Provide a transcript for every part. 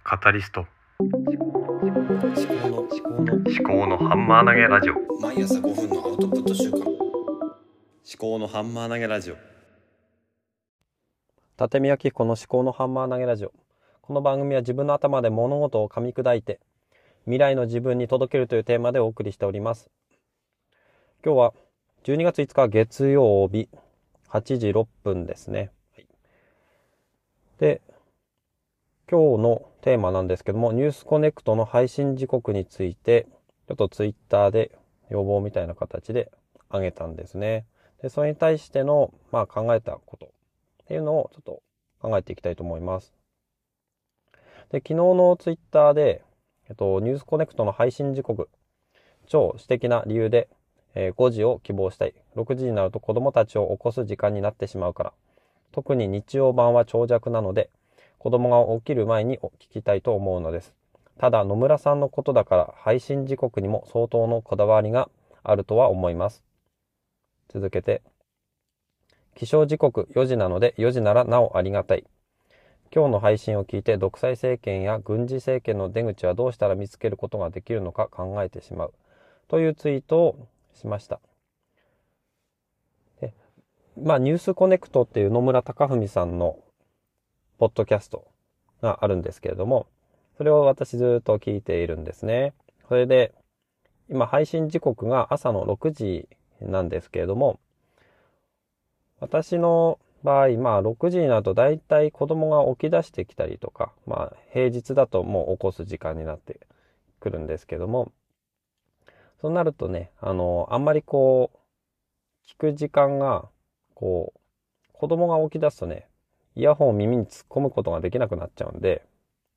カタリスト思考のハンマー投げラジオ。 毎朝5分のアウトプット週間。 思考のハンマー投げラジオ。 立見明子の思考のハンマー投げラジオ。この番組は自分の頭で物事を噛み砕いて未来の自分に届けるというテーマでお送りしております。今日は12月5日月曜日8時6分ですね。で、今日のテーマなんですけども、ニュースコネクトの配信時刻についてちょっとツイッターで要望みたいな形で上げたんですね。で、それに対しての考えたことっていうのをちょっと考えていきたいと思います。で、昨日のツイッターで、ニュースコネクトの配信時刻、超私的な理由で、5時を希望したい。6時になると子供たちを起こす時間になってしまうから。特に日曜版は長尺なので、子供が起きる前に聞きたいと思うのです。ただ野村さんのことだから配信時刻にも相当のこだわりがあるとは思います。続けて、起床時刻4時なので4時ならなおありがたい。今日の配信を聞いて独裁政権や軍事政権の出口はどうしたら見つけることができるのか考えてしまうというツイートをしました。で、ニュースコネクトっていう野村貴文さんのポッドキャストがあるんですけれども、それを私ずっと聞いているんですね。それで今配信時刻が朝の6時なんですけれども、私の場合、6時になるとだいたい子供が起き出してきたりとか、平日だともう起こす時間になってくるんですけども、そうなるとね、あんまり聞く時間が、子供が起き出すとね、イヤホンを耳に突っ込むことができなくなっちゃうんで、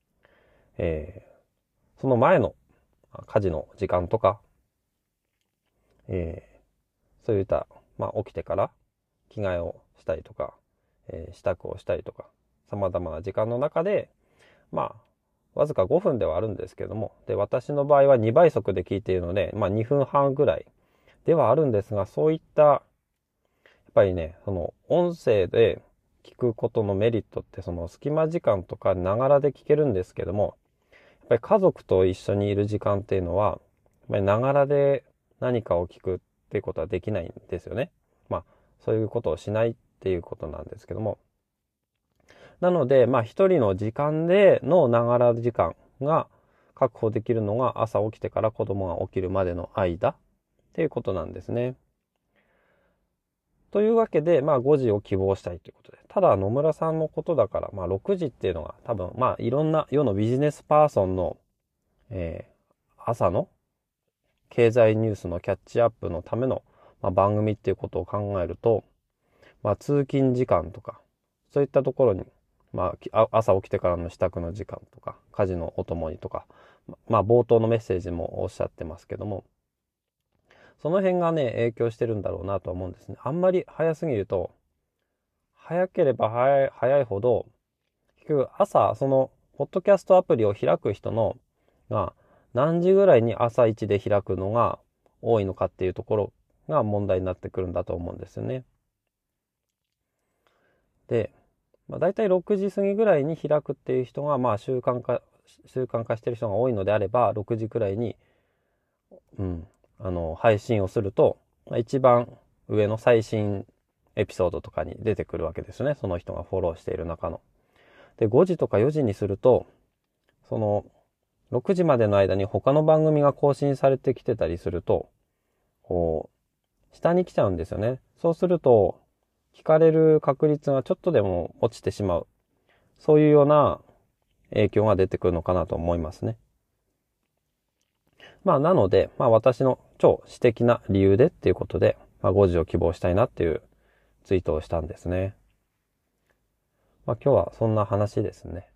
その前の家事の時間とか、そういった、起きてから着替えをしたりとか、支度をしたりとか、様々な時間の中で、わずか5分ではあるんですけども、で、私の場合は2倍速で聞いているので、2分半ぐらいではあるんですが、そういった、やっぱりね、その音声で聞くことのメリットって、その隙間時間とかながらで聞けるんですけども、やっぱり家族と一緒にいる時間っていうのは、やっぱりながらで何かを聞くっていうことはできないんですよね。そういうことをしないっていうことなんですけども。なので、一人の時間でのながら時間が確保できるのが朝起きてから子供が起きるまでの間っていうことなんですね。というわけで、5時を希望したいということで。ただ野村さんのことだから、6時っていうのが多分、いろんな世のビジネスパーソンの、朝の経済ニュースのキャッチアップのための、番組っていうことを考えると、通勤時間とか、そういったところに、朝起きてからの支度の時間とか、家事のお供にとか、冒頭のメッセージもおっしゃってますけども、その辺がね、影響してるんだろうなとは思うんですね。あんまり早すぎると、早ければ早いほど、結局朝、その、ポッドキャストアプリを開く人の、が、何時ぐらいに朝一で開くのが多いのかっていうところが問題になってくるんだと思うんですよね。で、だいたい6時過ぎぐらいに開くっていう人が、習慣化してる人が多いのであれば、6時くらいに、配信をすると、一番上の最新エピソードとかに出てくるわけですよね。その人がフォローしている中の。で、5時とか4時にすると、その、6時までの間に他の番組が更新されてきてたりすると、下に来ちゃうんですよね。そうすると、聞かれる確率がちょっとでも落ちてしまう。そういうような影響が出てくるのかなと思いますね。なので、私の超私的な理由でっていうことで、5時を希望したいなっていうツイートをしたんですね。今日はそんな話ですね。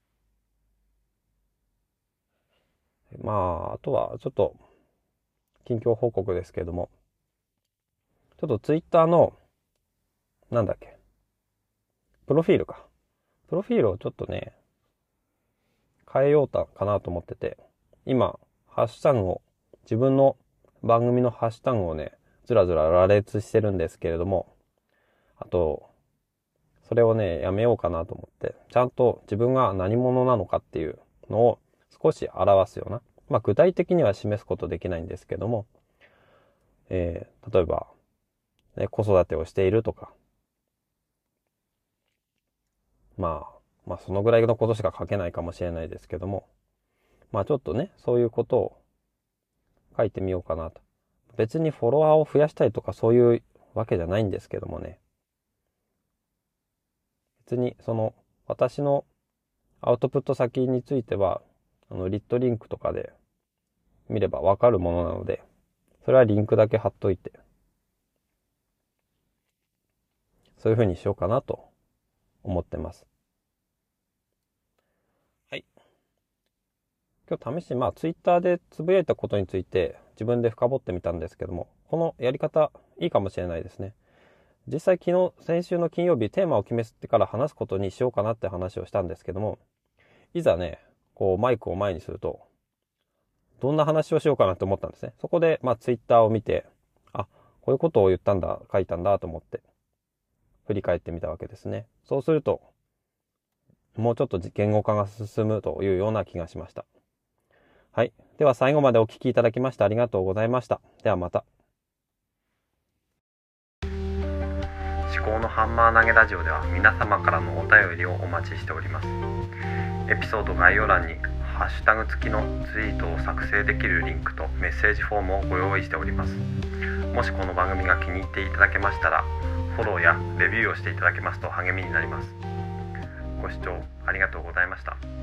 あとはちょっと近況報告ですけれども、ちょっとツイッターのプロフィールをちょっとね、変えようかなと思ってて、今、自分の番組のハッシュタグをね、ずらずら羅列してるんですけれども、あと、それをね、やめようかなと思って、ちゃんと自分が何者なのかっていうのを少し表すような、具体的には示すことできないんですけども、例えば、子育てをしているとか、そのぐらいのことしか書けないかもしれないですけども、ちょっとね、そういうことを書いてみようかなと。別にフォロワーを増やしたいとかそういうわけじゃないんですけどもね。別に私のアウトプット先については、リットリンクとかで見ればわかるものなので、それはリンクだけ貼っといて、そういう風にしようかなと思ってます。はい。今日試しにツイッターでつぶやいたことについて自分で深掘ってみたんですけども、このやり方いいかもしれないですね。実際先週の金曜日テーマを決めてから話すことにしようかなって話をしたんですけども、いざね、マイクを前にすると、どんな話をしようかなって思ったんですね。そこでツイッターを見て、こういうことを言ったんだ、書いたんだと思って振り返ってみたわけですね。そうすると、もうちょっと言語化が進むというような気がしました。はい。では最後までお聞きいただきましてありがとうございました。ではまた。 思考のハンマー投げラジオでは皆様からのお便りをお待ちしております。エピソード概要欄にハッシュタグ付きのツイートを作成できるリンクとメッセージフォームをご用意しております。もしこの番組が気に入っていただけましたら、フォローやレビューをしていただけますと励みになります。ご視聴ありがとうございました。